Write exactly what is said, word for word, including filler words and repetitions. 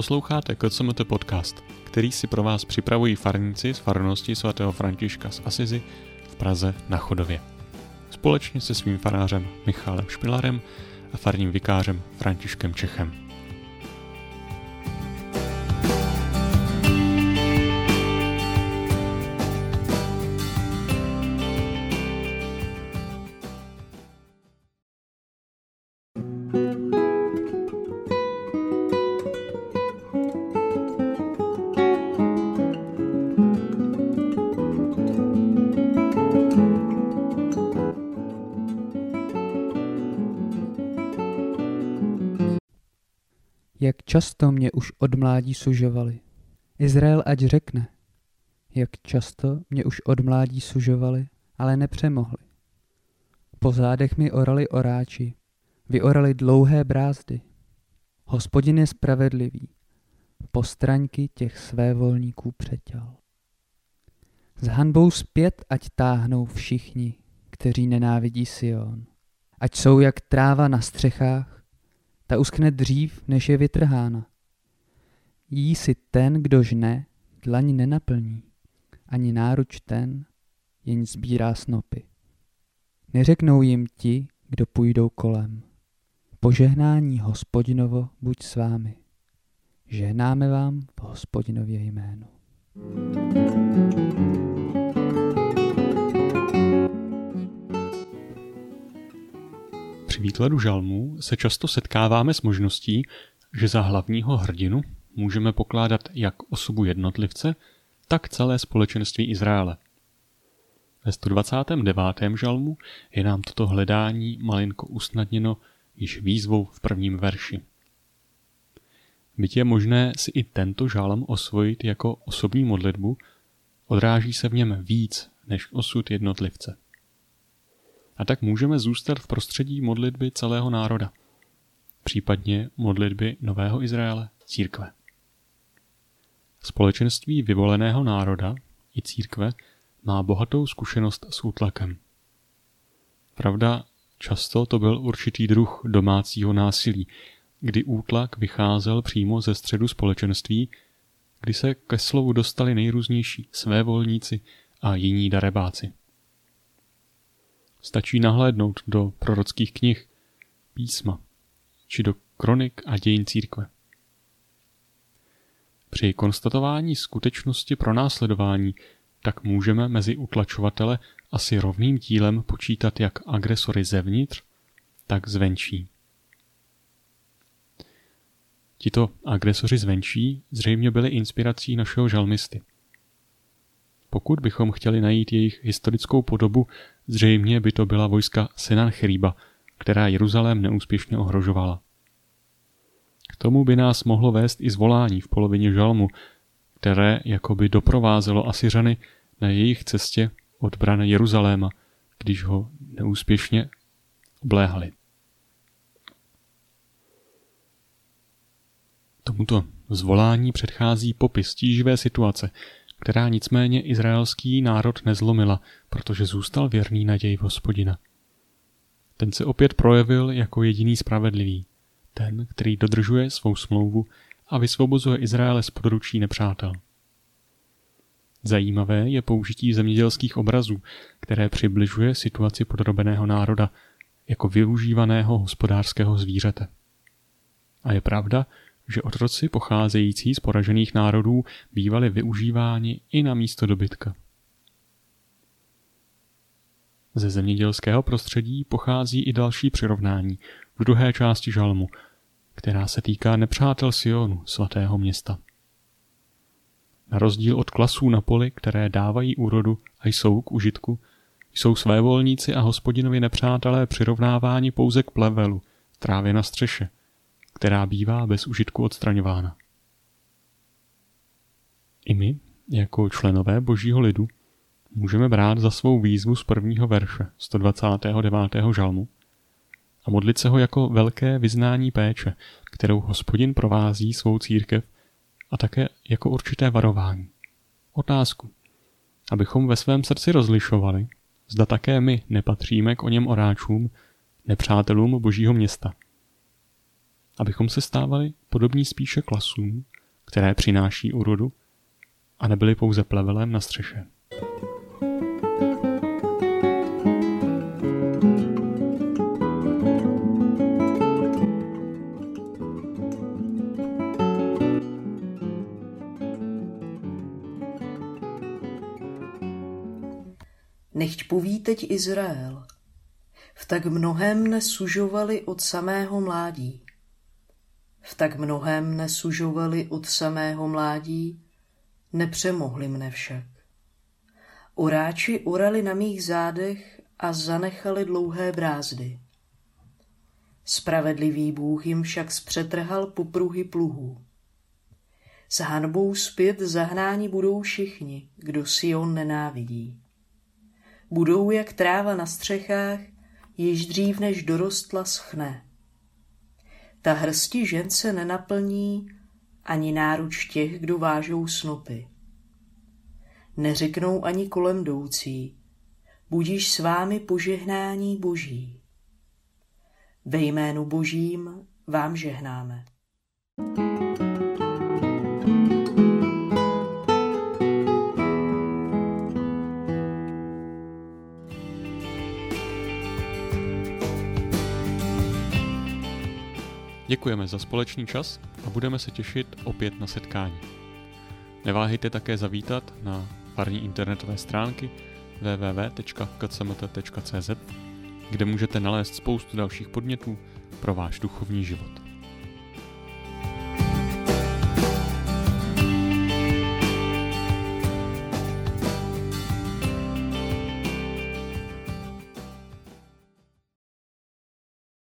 Posloucháte K C M T podcast, který si pro vás připravují farníci z farnosti svatého Františka z Asizi v Praze na Chodově. Společně se svým farářem Michalem Špilarem a farním vikářem Františkem Čechem. Jak často mě už od mládí sužovali. Izrael ať řekne. Jak často mě už od mládí sužovali, ale nepřemohli. Po zádech mi orali oráči, vyorali dlouhé brázdy. Hospodin je spravedlivý, postraňky těch svévolníků přeťal. S hanbou zpět ať táhnou všichni, kteří nenávidí Sion. Ať jsou jak tráva na střechách, ta uschne dřív, než je vytrhána. Jí si ten, kdo žne, dlaň nenaplní, ani náruč ten, jenž sbírá snopy. Neřeknou jim ti, kdo půjdou kolem. Požehnání Hospodinovo buď s vámi. Žehnáme vám v Hospodinově jménu. Při výkladu žalmů se často setkáváme s možností, že za hlavního hrdinu můžeme pokládat jak osobu jednotlivce, tak celé společenství Izraele. Ve sto dvacátém devátém žalmu je nám toto hledání malinko usnadněno již výzvou v prvním verši. Byť je možné si i tento žalm osvojit jako osobní modlitbu, odráží se v něm víc než osud jednotlivce. A tak můžeme zůstat v prostředí modlitby celého národa, případně modlitby Nového Izraele, církve. Společenství vyvoleného národa i církve má bohatou zkušenost s útlakem. Pravda, často to byl určitý druh domácího násilí, kdy útlak vycházel přímo ze středu společenství, kdy se ke slovu dostali nejrůznější svévolníci a jiní darebáci. Stačí nahlédnout do prorockých knih, písma, či do kronik a dějin církve. Při konstatování skutečnosti pronásledování tak můžeme mezi utlačovatele asi rovným dílem počítat jak agresory zevnitř, tak zvenčí. Tito agresoři zvenčí zřejmě byli inspirací našeho žalmisty. Pokud bychom chtěli najít jejich historickou podobu, zřejmě by to byla vojska Sennacheríba, která Jeruzalém neúspěšně ohrožovala. K tomu by nás mohlo vést i zvolání v polovině žalmu, které jakoby doprovázelo Asyřany na jejich cestě od brany Jeruzaléma, když ho neúspěšně obléhali. Tomuto zvolání předchází popis tíživé situace, která nicméně izraelský národ nezlomila, protože zůstal věrný naději v Hospodina. Ten se opět projevil jako jediný spravedlivý, ten, který dodržuje svou smlouvu a vysvobozuje Izraele z područí nepřátel. Zajímavé je použití zemědělských obrazů, které přibližuje situaci podrobeného národa jako využívaného hospodářského zvířete. A je pravda, že otroci pocházející z poražených národů bývali využíváni i na místo dobytka. Ze zemědělského prostředí pochází i další přirovnání v druhé části žalmu, která se týká nepřátel Sionu, svatého města. Na rozdíl od klasů na poli, které dávají úrodu a jsou k užitku, jsou svévolníci a Hospodinovi nepřátelé přirovnáváni pouze k plevelu, trávě na střeše, která bývá bez užitku odstraňována. I my, jako členové Božího lidu, můžeme brát za svou výzvu z prvního verše sto dvacátého devátého žalmu a modlit se ho jako velké vyznání péče, kterou Hospodin provází svou církev, a také jako určité varování. Otázku, abychom ve svém srdci rozlišovali, zda také my nepatříme k oněm oráčům, nepřátelům Božího města. Abychom se stávali podobní spíše klasům, které přináší úrodu, a nebyly pouze plevelem na střeše. Nechť poví teď Izrael. V tak mnohém nesužovali od samého mládí. V tak mnohém nesužovali od samého mládí, nepřemohli mne však. Oráči orali na mých zádech a zanechali dlouhé brázdy. Spravedlivý Bůh jim však zpřetrhal popruhy pluhů. S hanbou zpět zahnáni budou všichni, kdo Sion nenávidí. Budou jak tráva na střechách, již dřív než dorostla schne. Ta hrsti žen se nenaplní, ani náruč těch, kdo vážou snopy. Neřeknou ani kolem jdoucí, budiž s vámi požehnání Boží. Ve jménu Božím vám žehnáme. Děkujeme za společný čas a budeme se těšit opět na setkání. Neváhejte také zavítat na farní internetové stránky w w w tečka k c m t tečka c z, kde můžete nalézt spoustu dalších podnětů pro váš duchovní život.